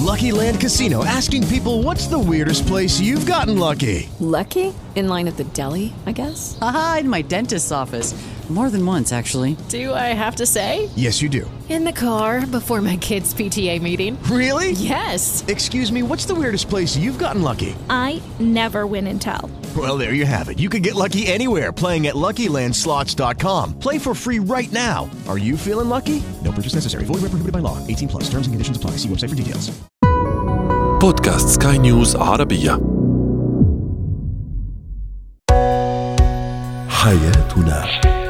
Lucky Land Casino, asking people, what's the weirdest place you've gotten lucky? Lucky? In line at the deli, I guess? Aha, in my dentist's office. More than once, actually. Do I have to say? Yes, you do. In the car before my kids' PTA meeting. Really? Yes. Excuse me, what's the weirdest place you've gotten lucky? I never win and tell. Well, there you have it. You can get lucky anywhere, playing at LuckyLandSlots.com. Play for free right now. Are you feeling lucky? No purchase necessary. Void where prohibited by law. 18 plus. Terms and conditions apply. See website for details. بودكاست سكاي نيوز عربية. حياتنا.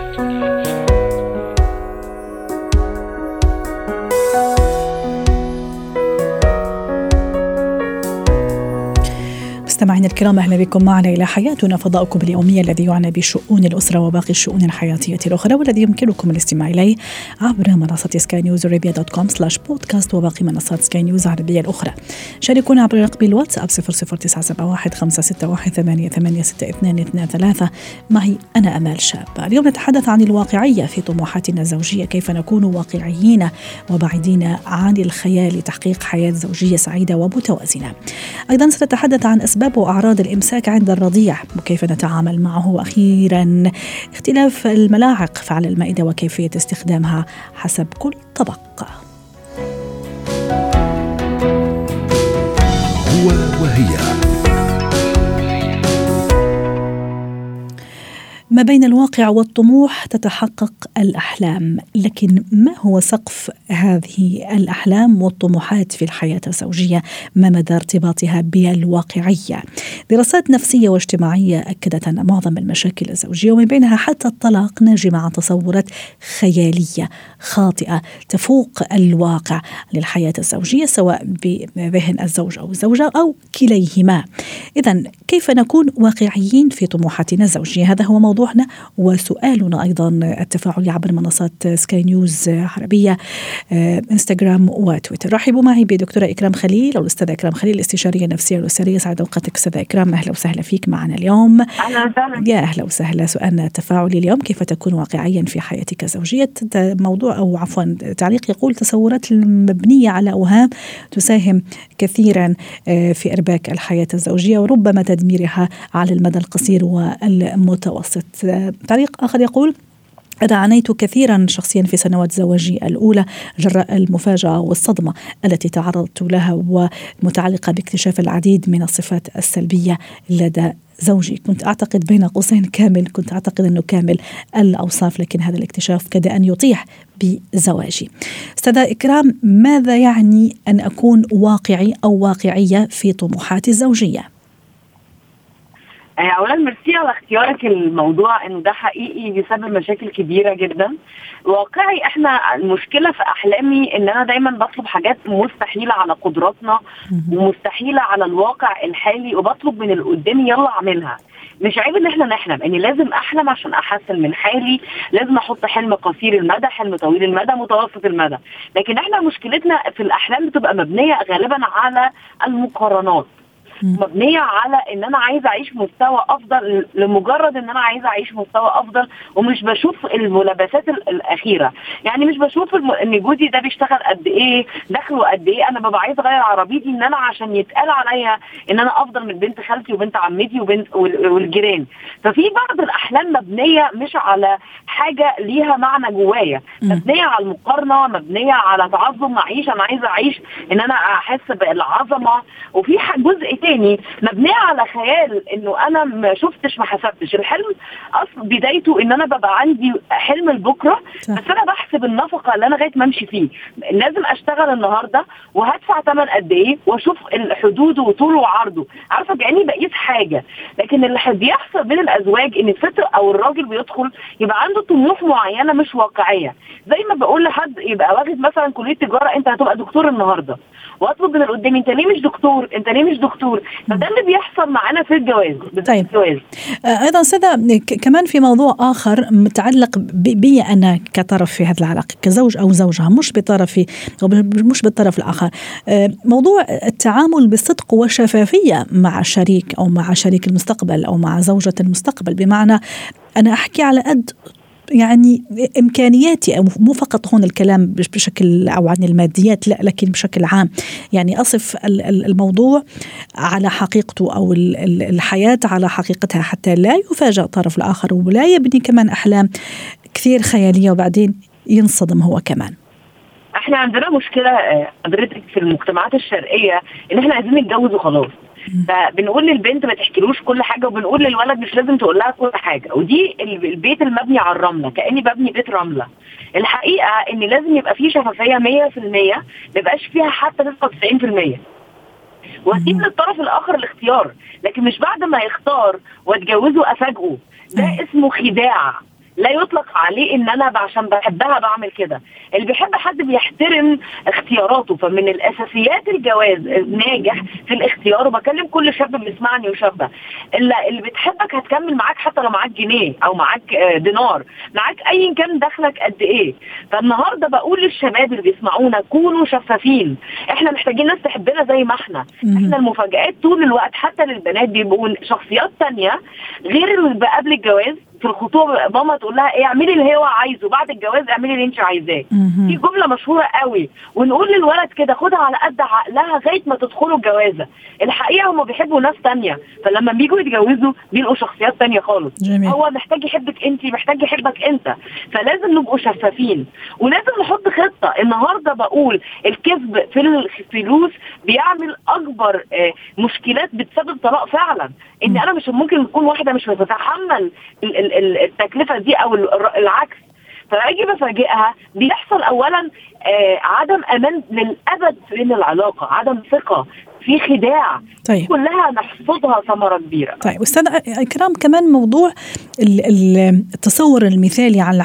مستمعينا الكرام، أهلا بكم معنا إلى حياتنا، فضاؤكم اليومي الذي يعنى بشؤون الأسرة وباقي الشؤون الحياتية الأخرى، والذي يمكنكم الاستماع إليه عبر منصة skynewsarabia.com/podcast وباقي منصات سكاي نيوز عربية الأخرى. شاركونا عبر رقم الواتساب 00971 561 886223. معي أنا أمال شاب. اليوم نتحدث عن الواقعية في طموحاتنا الزوجية، كيف نكون واقعيين وبعيدين عن الخيال لتحقيق حياة زوجية سعيدة ومتوازنة. أيضا سنتحدث عن أسباب وأعراض الإمساك عند الرضيع وكيف نتعامل معه، وأخيرا اختلاف الملاعق على المائدة وكيفية استخدامها حسب كل طبق. هو وهي. ما بين الواقع والطموح تتحقق الأحلام، لكن ما هو سقف هذه الأحلام والطموحات في الحياة الزوجية؟ ما مدى ارتباطها بالواقعية؟ دراسات نفسية واجتماعية أكدت أن معظم المشاكل الزوجية ومن بينها حتى الطلاق ناجمة عن تصورات خيالية خاطئة تفوق الواقع للحياة الزوجية، سواء بذهن الزوج أو الزوجة أو كليهما. إذن كيف نكون واقعيين في طموحاتنا الزوجية؟ هذا هو موضوعنا وسؤالنا أيضا التفاعلي عبر منصات سكاي نيوز عربية، إنستغرام وتويتر. رحبوا معي بدكتورة إكرام خليل، أو الأستاذة إكرام خليل، الاستشارية النفسية والأسرية. سعد أوقاتك أستاذة إكرام، أهلا وسهلا فيك معنا اليوم. أهلا وسهلا. يا أهلا وسهلا. سؤالنا التفاعلي اليوم: كيف تكون واقعيا في حياتك الزوجية؟ موضوع أو عفوا تعليق يقول: تصورات مبنية على أوهام تساهم كثيرا في إرباك الحياة الزوجية وربما تدميرها على المدى القصير والمتوسط. تعليق آخر يقول: أنا عانيت كثيرا شخصيا في سنوات زواجي الأولى جراء المفاجأة والصدمة التي تعرضت لها، ومتعلقة باكتشاف العديد من الصفات السلبية لدى زوجي. كنت أعتقد بين قوسين كامل، كنت أعتقد أنه كامل الأوصاف، لكن هذا الاكتشاف كاد أن يطيح بزواجي. أستاذة إكرام، ماذا يعني أن أكون واقعي أو واقعية في طموحاتي الزوجية؟ اولا ميرسي على اختيارك الموضوع، انه ده حقيقي بيسبب مشاكل كبيره جدا. واقعي، احنا المشكله في احلامي ان انا دايما بطلب حاجات مستحيله على قدراتنا ومستحيله على الواقع الحالي، وبطلب من اللي قدامي يلا اعملها. مش عيب ان احنا نحلم، اني لازم احلم عشان احسن من حالي، لازم احط حلم قصير المدى، حلم طويل المدى، متوسط المدى. لكن احنا مشكلتنا في الاحلام بتبقى مبنيه غالبا على المقارنات، مبنية على ان انا عايزة اعيش مستوى افضل لمجرد ان انا عايزة اعيش مستوى افضل، ومش بشوف الملابسات الاخيرة. يعني مش بشوف ان جوزي ده بيشتغل قد ايه، دخله قد ايه. انا ببقى عايزة اغير عربيتي ان انا عشان يتقال عليا ان انا افضل من بنت خالتي وبنت عمتي وبنت والجيران. ففي بعض الاحلام مبنية مش على حاجة ليها معنى جوايا، مبنية على المقارنة، مبنية على تعظم معيشة. انا عايزة اعيش ان انا احس بالعظمة. وفي جزء تاني مبنية على خيال انه انا ما شفتش ما حسبتش. الحلم اصل بدايته ان انا ببقى عندي حلم لبكره، بس انا بحسب النفقه اللي انا لغايه ما امشي فيه. لازم اشتغل النهارده وهدفع ثمن قد ايه، واشوف الحدود وطوله وعرضه، عارفه كاني بقيس حاجه. لكن اللي بيحصل بين الازواج ان الست او الراجل بيدخل يبقى عنده طموح معينه مش واقعيه. زي ما بقول لحد يبقى واخد مثلا كليه تجاره، انت هتبقى دكتور النهارده، واطلب من اللي قدامي انت ليه مش دكتور، انت ليه مش دكتور. فده اللي بيحصل معانا في الجواز. طيب ايضا استاذه كمان في موضوع اخر متعلق بي انا كطرف في هذه العلاقه كزوج او زوجها، مش بطرفي او مش بالطرف الاخر، موضوع التعامل بصدق وشفافيه مع شريك او مع شريك المستقبل او مع زوجة المستقبل. بمعنى انا احكي على قد يعني إمكانياتي، أو مو فقط هون الكلام بشكل أو عن الماديات، لا لكن بشكل عام، يعني أصف الموضوع على حقيقته أو الحياة على حقيقتها حتى لا يفاجأ الطرف الآخر ولا يبني كمان أحلام كثير خيالية وبعدين ينصدم هو كمان. احنا عندنا مشكلة حضرتك في المجتمعات الشرقية ان احنا عايزين نتجوز وخلاص، فبنقول للبنت ما تحكيلوش كل حاجة، وبنقول للولد مش لازم تقول لها كل حاجة، ودي البيت المبني على الرملة، كأني ببني بيت رملة. الحقيقة ان لازم يبقى فيه شفافية 100%، ميبقاش فيها حتى 99%، واسيب للطرف الاخر الاختيار، لكن مش بعد ما يختار واتجوزه افاجئه. ده اسمه خداع، لا يطلق عليه ان انا عشان بحبها بعمل كده. اللي بيحب حد بيحترم اختياراته. فمن الاساسيات الجواز الناجح في الاختيار، وبكلم كل شاب بيسمعني وشابه، اللي بتحبك هتكمل معاك حتى لو معاك جنيه او معاك دينار، معاك ايا كان دخلك قد ايه. فالنهارده بقول للشباب اللي بيسمعونا كونوا شفافين، احنا محتاجين ناس تحبنا زي ما احنا المفاجآت طول الوقت حتى للبنات بيبقوا شخصيات تانية غير اللي قبل الجواز. في الخطوبه ماما تقول لها ايه، اعملي اللي هو عايزه، بعد الجواز اعملي اللي انت عايزاه. دي جمله مشهوره قوي، ونقول للولد كده خدها على قد عقلها لغايه ما تدخلوا الجوازه. الحقيقه هم بيحبوا ناس تانية، فلما بييجوا يتجوزوا بيلقوا شخصيات تانية خالص. جميل. هو محتاج يحبك انت، محتاج يحبك انت، فلازم نبقوا شفافين ولازم نحط خطه. النهارده بقول الكذب في الفلوس بيعمل اكبر مشكلات بتسبب طلاق فعلا. ان انا مش ممكن تكون واحده مش بتتحمل التكلفة دي أو العكس، فأجي بفاجئها. بيحصل أولا عدم أمان للأبد بين العلاقة، عدم ثقة، في خداع. طيب. كلها نحصدها ثمرة كبيرة. طيب أستاذ إكرام، كمان موضوع التصور المثالي عن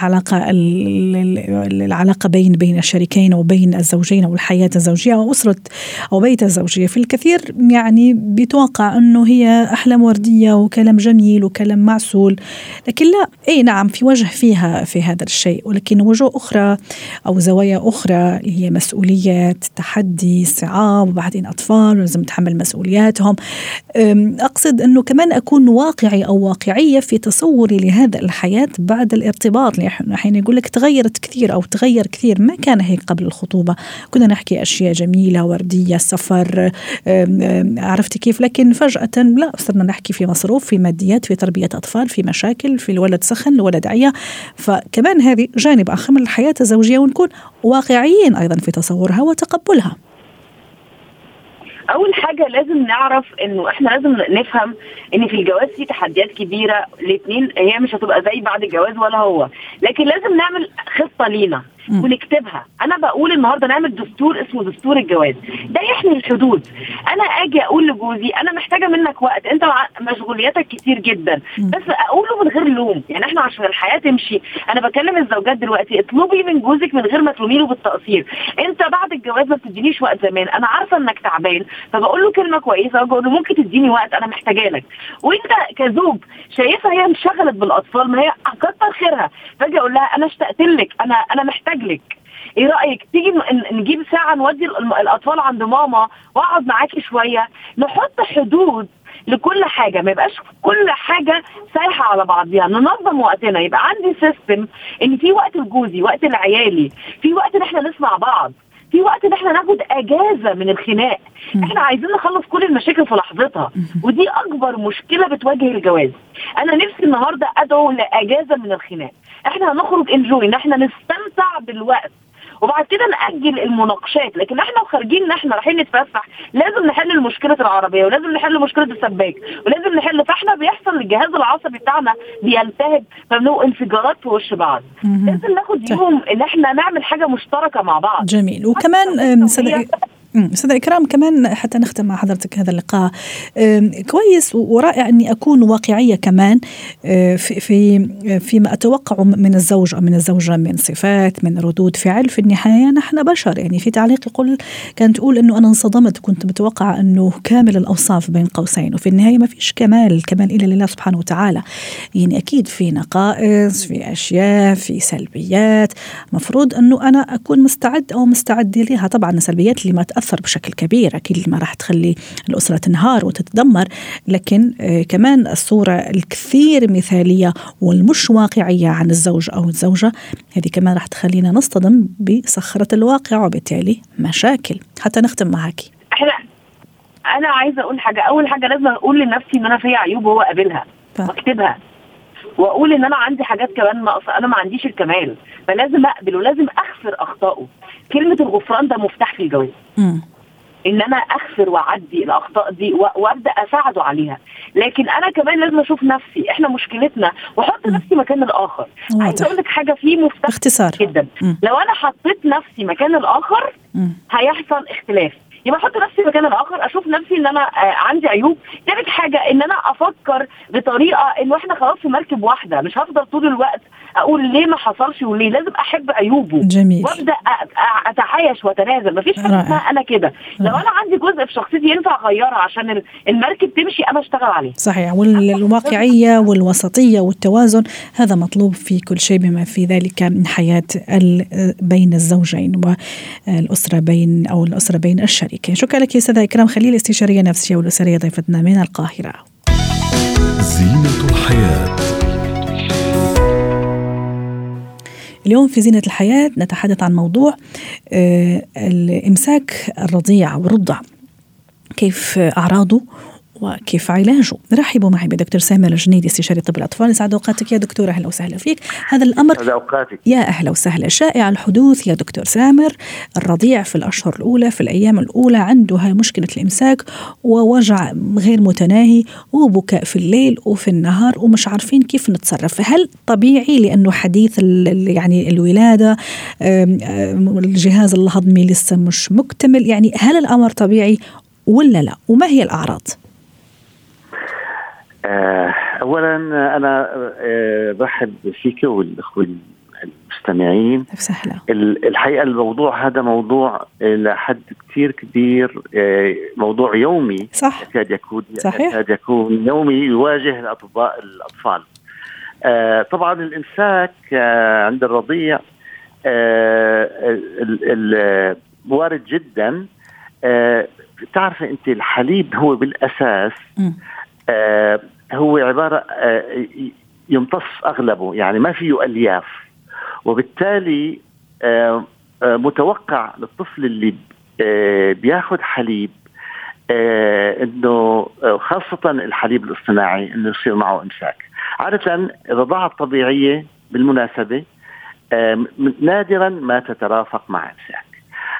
العلاقة بين الشريكين وبين الزوجين أو الحياة الزوجية أو أسرة أو بيت الزوجية. في الكثير يعني بيتوقع أنه هي أحلام وردية وكلام جميل وكلام معسول، لكن لا، أي نعم في وجه فيها في هذا الشيء، ولكن وجوه أخرى أو زوايا أخرى هي مسؤوليات، تحدي، صعاب، وبعدين أطفال لازم تحمل مسؤولياتهم. أقصد أنه كمان أكون واقعي أو واقعية في تصوري لهذا الحياة بعد الارتباط. حين يقول لك تغيرت كثير أو تغير كثير، ما كان هيك قبل الخطوبة، كنا نحكي أشياء جميلة وردية، سفر، عرفتي كيف، لكن فجأة لا، صرنا نحكي في مصروف، في ماديات، في تربية أطفال، في مشاكل، في الولد سخن، الولد عيا. فكمان هذه جانب آخر من الحياة الزوجية، ونكون واقعيين أيضا في تصورها وتقبلها. اول حاجه لازم نعرف انه احنا لازم نفهم ان في الجواز في تحديات كبيره. الاثنين هي مش هتبقى زي بعد الجواز ولا هو، لكن لازم نعمل خطه لينا ونكتبها. انا بقول النهارده نعمل دستور اسمه دستور الجواز، ده يحمي الحدود. انا اجي اقول لجوزي انا محتاجه منك وقت، انت مشغولياتك كتير جدا، بس اقوله من غير لوم. يعني احنا عشان الحياه تمشي، انا بكلم الزوجات دلوقتي، اطلبي من جوزك من غير ما تلومي له بالتقصير. انت بعد الجواز ما بتدينيش وقت زمان، انا عارفه انك تعبان، فبقول له كلمه كويسه وبقول له ممكن تديني وقت، انا محتاجه لك. وانت كزوج شايفها هي انشغلت بالاطفال، ما هي كتر خيرها، فاجي اقول لها انا اشتقت لك، انا محتاج لك، ايه رايك تيجي نجيب ساعه نودي الاطفال عند ماما واقعد معاكي شويه. نحط حدود لكل حاجه، ما يبقاش كل حاجه سايحه على بعضيها. ننظم وقتنا، يبقى عندي سيستم ان في وقت لجوزي، وقت لعيالي، في وقت ان احنا نسمع بعض، في وقت ان احنا ناخد اجازه من الخناق. احنا عايزين نخلص كل المشاكل في لحظتها، ودي اكبر مشكله بتواجه الجواز. انا نفسي النهارده ادعو لاجازه من الخناق. احنا هنخرج انجوي، ان احنا نستمتع بالوقت، وبعد كده نأجل المناقشات. لكن احنا وخارجين ان احنا رايحين نتفسح، لازم نحل مشكله العربيه، ولازم نحل مشكله السباك، ولازم نحل. فاحنا بيحصل الجهاز العصبي بتاعنا بيلتهب، فبنبقى انفجارات في وش بعض. لازم ناخد يوم ان احنا نعمل حاجه مشتركه مع بعض. جميل. وكمان أستاذ إكرام، كمان حتى نختم مع حضرتك هذا اللقاء، كويس ورائع أني أكون واقعية كمان فيما أتوقع من الزوج أو من الزوجة من صفات، من ردود فعل. في النهاية نحن بشر. يعني في تعليق كانت تقول أنه أنا انصدمت، كنت متوقعة أنه كامل الأوصاف بين قوسين، وفي النهاية ما فيش كمال إلا لله سبحانه وتعالى. يعني أكيد في نقائص، في أشياء، في سلبيات، مفروض أنه أنا أكون مستعد أو مستعد لها. طبعا السلبيات اللي ما تتأثر بشكل كبير، أكيد ما راح تخلي الأسرة تنهار وتتدمر، لكن كمان الصورة الكثير مثالية والمش واقعية عن الزوج أو الزوجة هذه كمان راح تخلينا نصطدم بصخرة الواقع وبالتالي مشاكل. حتى نختم معك، أنا عايزة أقول حاجة. أول حاجة لازم أقول لنفسي إن أنا فيها عيوب وهو قابلها واكتبها، واقول ان انا عندي حاجات كمان ناقصه، انا ما عنديش الكمال، فلازم اقبل ولازم اغفر اخطائه. كلمه الغفران ده مفتاح في الجواز، ان انا اغفر واعدي الاخطاء دي وابدا اساعده عليها. لكن انا كمان لازم اشوف نفسي، احنا مشكلتنا واحط نفسي مكان الاخر. عايز اقول لك حاجه في مفتاح باختصار جدا، لو انا حطيت نفسي مكان الاخر هيحصل اختلاف. يبقى احط نفسي مكان الاخر، اشوف نفسي ان انا عندي عيوب. ثالث حاجه ان انا افكر بطريقه انه احنا خلاص في مركب واحده، مش هفضل طول الوقت اقول ليه ما حصلش وليه. لازم احب عيوبه جميل. وابدا اتعايش واتنازل. مفيش حاجه اسمها انا كده. لو انا عندي جزء في شخصيتي ينفع اغيرها عشان المركب تمشي، انا اشتغل عليه. صحيح. والواقعيه والوسطيه والتوازن هذا مطلوب في كل شيء، بما في ذلك من حياه بين الزوجين والاسره بين الشريكين. شكرا لك يا سيدة إكرام خليل، استشارية نفسية والأسرية، ضيفتنا من القاهرة. زينة الحياة. اليوم في زينة الحياة نتحدث عن موضوع الإمساك الرضيع والرضع، كيف أعراضه وكيف علاجه. رحبوا معي بدكتور سامر الجنيدي، استشاري طب الأطفال. يسعد أوقاتك يا دكتور، أهلا وسهلا فيك. هذا الأمر يا أهلا وسهلا شائع الحدوث يا دكتور سامر. الرضيع في الأشهر الأولى، في الأيام الأولى، عنده هاي مشكلة الإمساك ووجع غير متناهي وبكاء في الليل وفي النهار ومش عارفين كيف نتصرف. هل طبيعي لأنه حديث يعني الولادة، الجهاز الهضمي لسه مش مكتمل، يعني هل الأمر طبيعي ولا لا؟ وما هي الأعراض؟ أولا أنا برحب فيك والأخوة المستمعين. الحقيقة الموضوع هذا موضوع لحد كتير كبير، موضوع يومي. صح. يكاد يكون يومي يواجه الأطفال. طبعا الإمساك عند الرضيع وارد جدا. تعرف أنت الحليب هو بالأساس هو عبارة يمتص أغلبه، يعني ما فيه ألياف، وبالتالي متوقع للطفل اللي بياخد حليب إنه خاصة الحليب الاصطناعي إنه يصير معه إمساك. عادة الرضاعة الطبيعية بالمناسبة نادرا ما تترافق مع إمساك.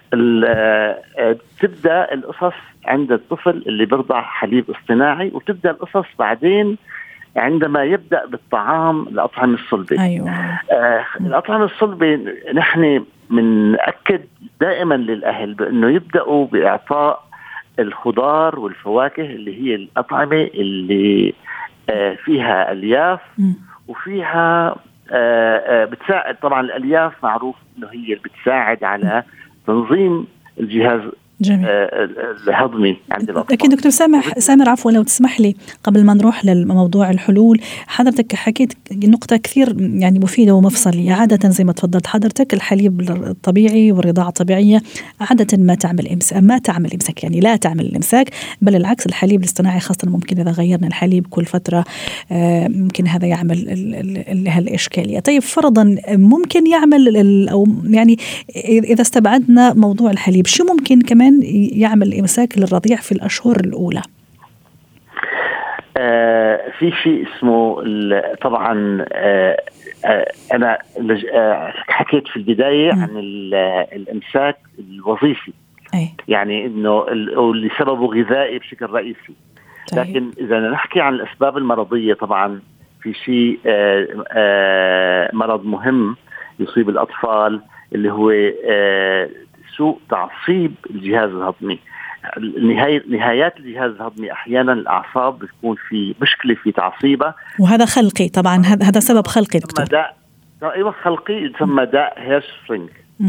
تبدأ القصص عند الطفل اللي برضع حليب اصطناعي، وتبدأ القصص بعدين عندما يبدأ بالطعام الأطعمة الصلبة. أيوة. الأطعمة الصلبة نحن بنأكد دائما للأهل بأنه يبدأوا بإعطاء الخضار والفواكه اللي هي الأطعمة اللي فيها ألياف وفيها بتساعد. طبعا الألياف معروف أنه هي اللي بتساعد على تنظيم الجهاز الهضمي عند الأطفال. لكن دكتور سامر عفوا لو تسمح لي قبل ما نروح للموضوع الحلول، حضرتك حكيت نقطة كثير يعني مفيدة ومفصلية. عادة زي ما تفضلت حضرتك الحليب الطبيعي والرضاعة الطبيعية عادة ما تعمل إمساك، يعني لا تعمل الإمساك، بل العكس. الحليب الاصطناعي خاصة ممكن إذا غيرنا الحليب كل فترة ممكن هذا يعمل هالإشكالية. طيب فرضا ممكن يعمل أو يعني إذا استبعدنا موضوع الحليب، شو ممكن كمان يعمل إمساك للرضيع في الأشهر الأولى؟ في شيء اسمه طبعا أنا حكيت في البداية عن الإمساك الوظيفي. يعني إنه اللي سببه غذائي بشكل رئيسي. لكن إذا نحكي عن الأسباب المرضية، طبعا في شيء مرض مهم يصيب الأطفال اللي هو سوء تعصيب الجهاز الهضمي. نهايات الجهاز الهضمي أحيانا الأعصاب بتكون في مشكلة في تعصيبها، وهذا خلقي. طبعا هذا سبب خلقي دكتور. أيوة خلقي، يسمى داء هيرشفرينج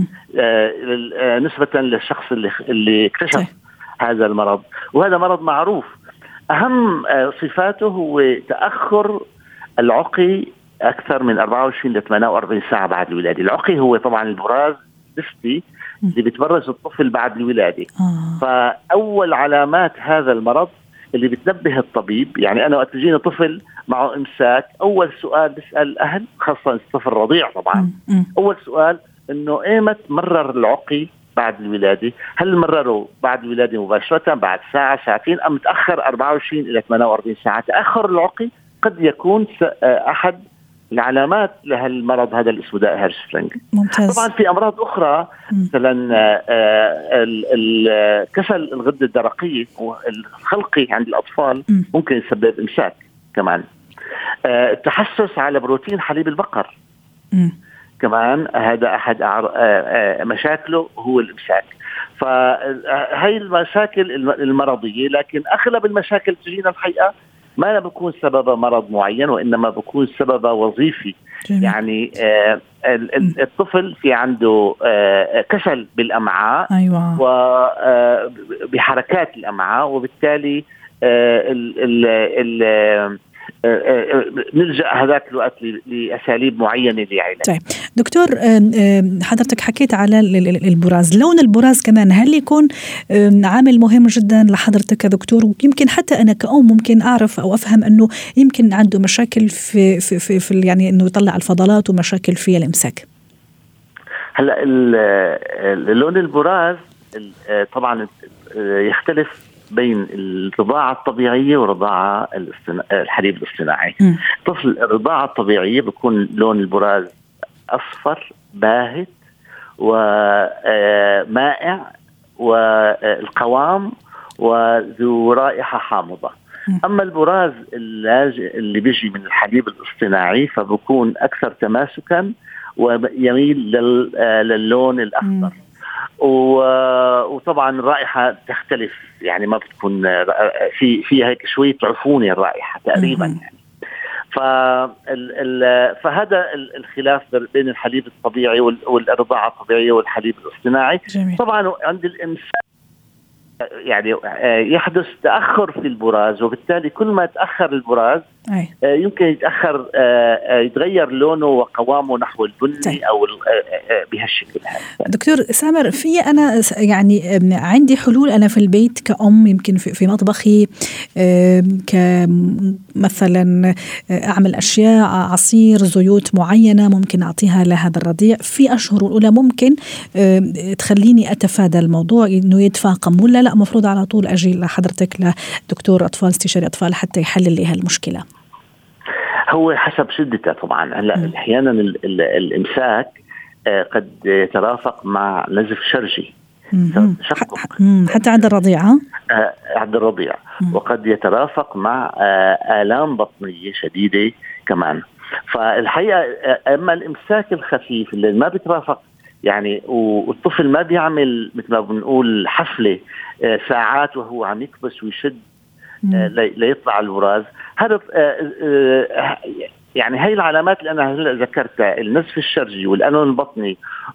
نسبة للشخص اللي اكتشف هذا المرض. وهذا مرض معروف. أهم صفاته هو تأخر العقي أكثر من 24 ل 48 ساعة بعد الولادة. العقي هو طبعا البراز ديفتي اللي بتبرز الطفل بعد الولادة. فأول علامات هذا المرض اللي بتنبه الطبيب، يعني أنا وقت يجيني طفل معه إمساك، أول سؤال بسأل الأهل خاصة الطفل رضيع طبعا، أول سؤال إنه إيمت مرر العقي بعد الولادة؟ هل مرروا بعد الولادة مباشرة بعد ساعة ساعتين أم تأخر 24 إلى 48 ساعة؟ تأخر العقي قد يكون أحد العلامات لهالمرض هذا اللي اسمه داء هيرشفلينج. طبعا في أمراض أخرى مثلا كسل الغدة الدرقية والخلقي عند الأطفال ممكن يسبب إمساك كمان. التحسس على بروتين حليب البقر كمان هذا أحد مشاكله هو الإمساك. فهي المشاكل المرضية، لكن أغلب المشاكل تجينا الحقيقة ما بكون سببها مرض معين وإنما بكون سببها وظيفي. جميل. يعني الطفل في عنده كسل بالأمعاء. أيوة. وبحركات الأمعاء، وبالتالي نلجأ هذاك الوقت لأساليب معينة لعلاج. طيب دكتور، حضرتك حكيت على البراز، لون البراز كمان هل يكون عامل مهم جدا لحضرتك كدكتور؟ ويمكن حتى أنا كأم ممكن أعرف أو أفهم أنه يمكن عنده مشاكل في يعني أنه يطلع الفضلات ومشاكل في الإمساك. هلا لون البراز طبعا يختلف بين الرضاعة الطبيعية والرضاعة الحليب الاصطناعي. طفل الرضاعة الطبيعية بيكون لون البراز أصفر باهت ومائع والقوام وذو رائحة حامضة. أما البراز اللي بيجي من الحليب الاصطناعي فبيكون أكثر تماسكا ويميل للون الأخضر. وطبعا الرائحة تختلف، يعني ما بتكون في هيك شوية عفونة الرائحة تقريبا يعني. فهذا الخلاف بين الحليب الطبيعي والرضاعة الطبيعية والحليب الاصطناعي. جميل. طبعا عند الإمساك يعني يحدث تأخر في البراز، وبالتالي كل ما تأخر البراز يمكن يتغير لونه وقوامه نحو البني أو بهالشكل هذا. دكتور سامر، في أنا يعني عندي حلول أنا في البيت كأم، يمكن في مطبخي كمثلا أعمل أشياء عصير زيوت معينة ممكن أعطيها لهذا الرضيع في أشهر الأولى، ممكن تخليني أتفادى الموضوع إنه يتفاقم، ولا لا مفروض على طول أجي لحضرتك لدكتور أطفال استشاري أطفال حتى يحلل لي هالمشكلة؟ هو حسب شدته طبعا. هلا أحيانا الإمساك قد يترافق مع نزف شرجي تشقق حتى عند الرضيع عند الرضيع، وقد يترافق مع آلام بطنية شديدة كمان. فالحقيقة أما الإمساك الخفيف اللي ما بيترافق يعني والطفل ما بيعمل مثل ما بنقول حفلة ساعات وهو عم يكبس ويشد ليطلع البراز، هذا يعني هاي العلامات اللي أنا هلا ذكرتها، النزف الشرجي والألم البطني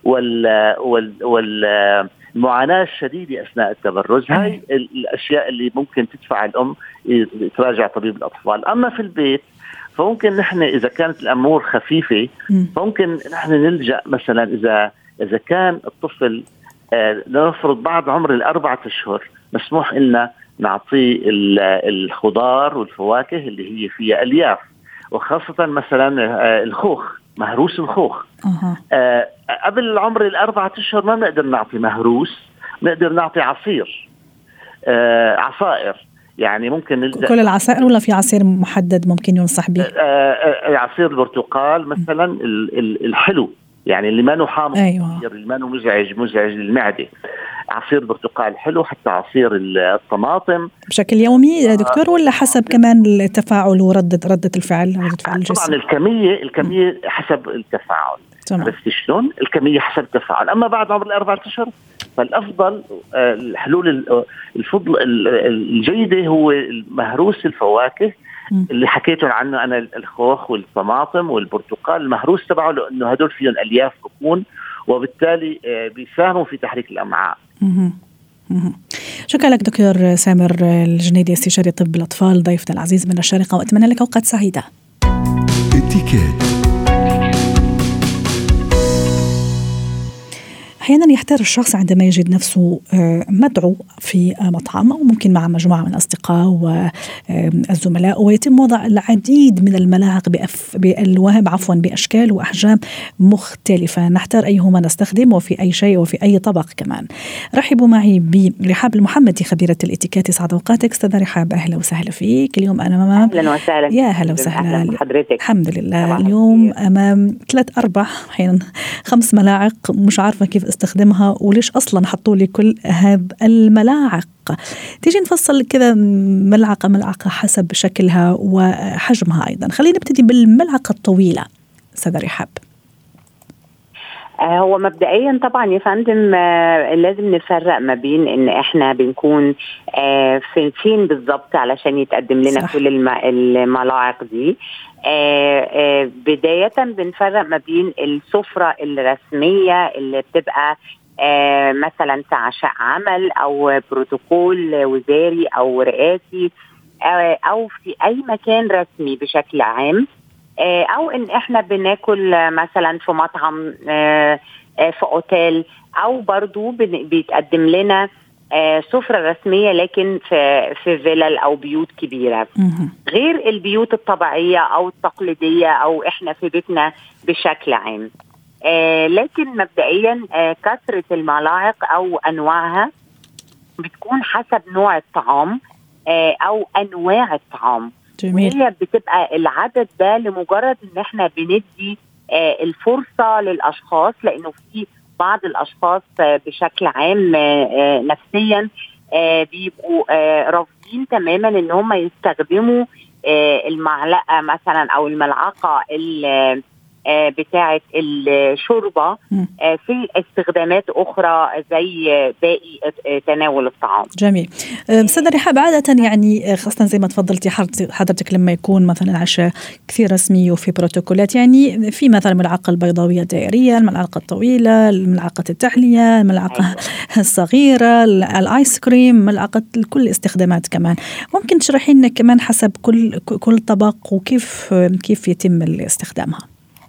والمعاناة الشديدة أثناء التبرز، هاي الأشياء اللي ممكن تدفع الأم تراجع طبيب الأطفال. أما في البيت فممكن نحن إذا كانت الأمور خفيفة فممكن نحن نلجأ مثلا إذا كان الطفل لنفرض بعد عمر 4 أشهر مسموح لنا نعطيه الخضار والفواكه اللي هي فيها ألياف، وخاصة مثلا الخوخ، مهروس الخوخ. قبل العمر 4 أشهر ما نقدر نعطي مهروس، نقدر نعطي عصائر. يعني ممكن كل العصائر ولا في عصير محدد ممكن ينصح به؟ عصير البرتقال مثلا الحلو، يعني اللي ما نو حامض. أيوة. اللي ما نو مزعج للمعدة، عصير برتقال حلو، حتى عصير الطماطم بشكل يومي دكتور، ولا حسب كمان التفاعل وردة الفعل الجسم؟ طبعا الكمية حسب التفاعل. عرفت شلون؟ الكمية حسب التفاعل. أما بعد عمر 4 أشهر فالأفضل الحلول الجيدة هو مهروس الفواكه اللي حكيتوا عنه أنا، الخوخ والطماطم والبرتقال، المهروس تبعه لأنه هدول فيهم ألياف بكون، وبالتالي بيساهموا في تحريك الأمعاء. شكرا لك دكتور سامر الجنيدي، استشاري طب الأطفال، ضيفنا العزيز من الشارقة، وأتمنى لك أوقات سعيدة. أحيانا يحتار الشخص عندما يجد نفسه مدعو في مطعم أو ممكن مع مجموعة من الأصدقاء والزملاء، ويتم وضع العديد من الملاعق بأشكال وأحجام مختلفة. نحتار أيهما نستخدم وفي أي شيء وفي أي طبق كمان. رحبوا معي برحاب المحمدي خبيرة الاتيكيت. يسعد أوقاتك أستاذة رحاب، أهلا وسهلا فيك. اليوم أنا أمام أهلا وسهلا. يا هلا وسهلا حضرتك. الحمد لله. اليوم أمام 3-4 أحيانا 5 ملاعق، مش عارفة كيف استخدمها وليش أصلا حطوا لي كل هذه الملاعق. تيجي نفصل كذا ملعقة حسب شكلها وحجمها أيضا. خلينا نبتدي بالملعقة الطويلة أستاذة رحاب. هو مبدئيا طبعا يا فندم لازم نفرق ما بين ان احنا بنكون فين بالضبط علشان يتقدم لنا صح. كل الملاعق دي. بداية بنفرق ما بين السفرة الرسمية اللي بتبقى مثلا في عشاء عمل او بروتوكول وزاري او رئاسي او في اي مكان رسمي بشكل عام، او ان احنا بناكل مثلا في مطعم في اوتيل، او برضو بيتقدم لنا سفرة رسمية لكن في فيلل او بيوت كبيرة غير البيوت الطبيعية او التقليدية او احنا في بيتنا بشكل عام. لكن مبدئيا كثرة الملاعق او انواعها بتكون حسب نوع الطعام او انواع الطعام. جميل. وهي بتبقى العدد ده لمجرد ان احنا بندي الفرصة للاشخاص، لانه في بعض الاشخاص بشكل عام نفسيا بيبقوا رافضين تماما ان هم يستخدموا المعلقة مثلا او الملعقة بتاعة الشوربة في استخدامات أخرى زي باقي تناول الطعام. جميل. أستاذة رحاب، عادة يعني خاصة زي ما تفضلتي حضرتك لما يكون مثلا عشاء كثير رسمي وفي بروتوكولات، يعني في مثلا الملعقة البيضاوية الدائرية، الملعقة الطويلة، الملعقة التحلية، الملعقة الصغيرة، الآيس كريم، ملعقة كل استخدامات كمان. ممكن تشرحي لنا كمان حسب كل طبق وكيف يتم استخدامها؟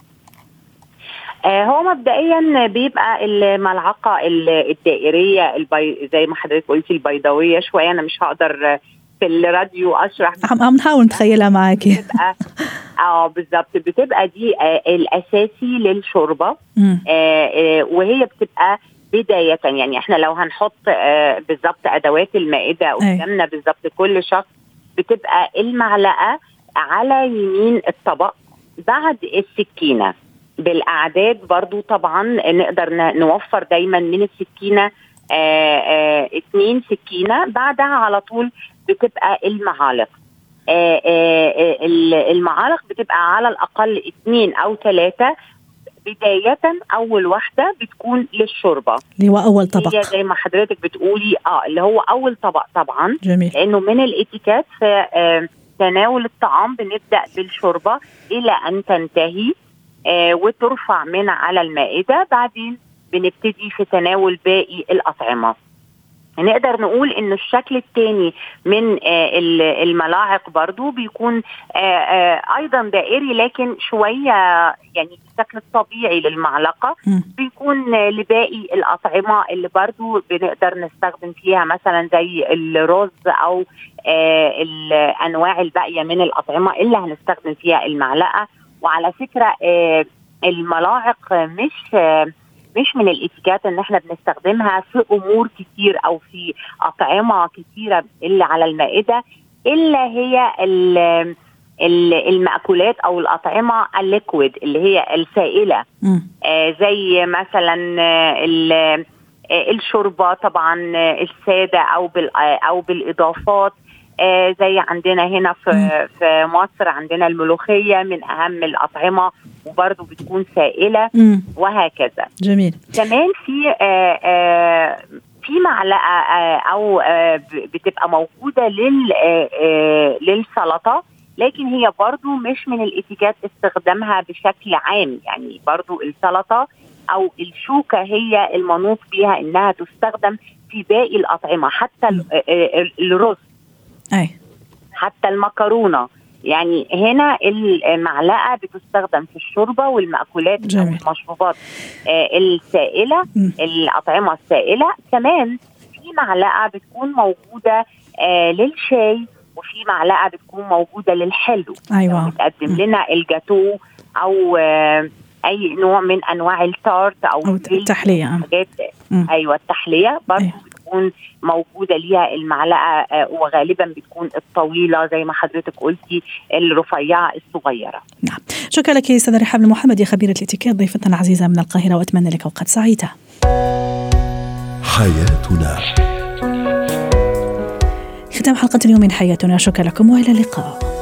هو مبدئيا بيبقى الملعقة الدائرية زي ما حضرتك قلتي البيضاوية شوية، أنا مش هقدر في الراديو أشرح، عم نحاول نتخيلها معاكي. بالضبط بتبقى دي الأساسي للشوربة، وهي بتبقى بداية يعني احنا لو هنحط بالضبط أدوات المائدة قدامنا بالضبط كل شخص، بتبقى المعلقة على يمين الطبق بعد السكينة بالأعداد. برضو طبعا نقدر نوفر دايما من السكينة 2 سكينة، بعدها على طول بتبقى المعالق. المعالق بتبقى على الأقل 2 أو 3. بداية أول واحدة بتكون للشوربة اللي هو أول طبق، هي زي ما حضرتك بتقولي اللي هو أول طبق طبعا. جميل. لأنه من الاتيكيت في تناول الطعام بنبدأ بالشوربة إلى أن تنتهي وترفع من على المائدة، بعدين بنبتدي في تناول باقي الأطعمة. نقدر نقول إن الشكل الثاني من الملاعق برضو بيكون أيضا دائري، لكن شوية يعني الشكل الطبيعي للمعلقة بيكون لباقي الأطعمة اللي برضو بنقدر نستخدم فيها مثلا زي الرز أو الأنواع الباقية من الأطعمة اللي هنستخدم فيها المعلقة. وعلى فكرة الملاعق مش من الاتيكيت ان احنا بنستخدمها في امور كتير او في اطعمة كتيرة اللي على المائدة، الا هي المأكولات او الاطعمة الليكويد اللي هي السائلة، زي مثلا الشوربة طبعا السادة او بالاضافات، زي عندنا هنا في مصر عندنا الملوخية من أهم الأطعمة وبرضو بتكون سائلة وهكذا. جميل. كمان في معلقة أو بتبقى موجودة للسلطة، لكن هي برضو مش من الاتيكيت استخدامها بشكل عام. يعني برضو السلطة أو الشوكة هي المنوط بها إنها تستخدم في باقي الأطعمة، حتى الرز، حتى المكرونة. يعني هنا المعلقة بتستخدم في الشوربة والمأكولات والمشروبات السائلة، الأطعمة السائلة. كمان في معلقة بتكون موجودة للشاي، وفي معلقة بتكون موجودة للحلو. أيوة. بتقدم لنا الجاتو أو أي نوع من أنواع التارت أو التحلية. أيوة التحلية برضو بتكون موجودة ليها المعلقة، وغالبا بتكون الطويلة زي ما حضرتك قلتي، الرفيعة الصغيرة. نعم، شكرا لك أستاذة رحاب المحمدي، خبيرة الاتيكيت، ضيفتنا العزيزة من القاهرة، وأتمنى لك أوقات سعيدة. حياتنا. ختام حلقة اليوم من حياتنا، شكرا لكم وإلى اللقاء.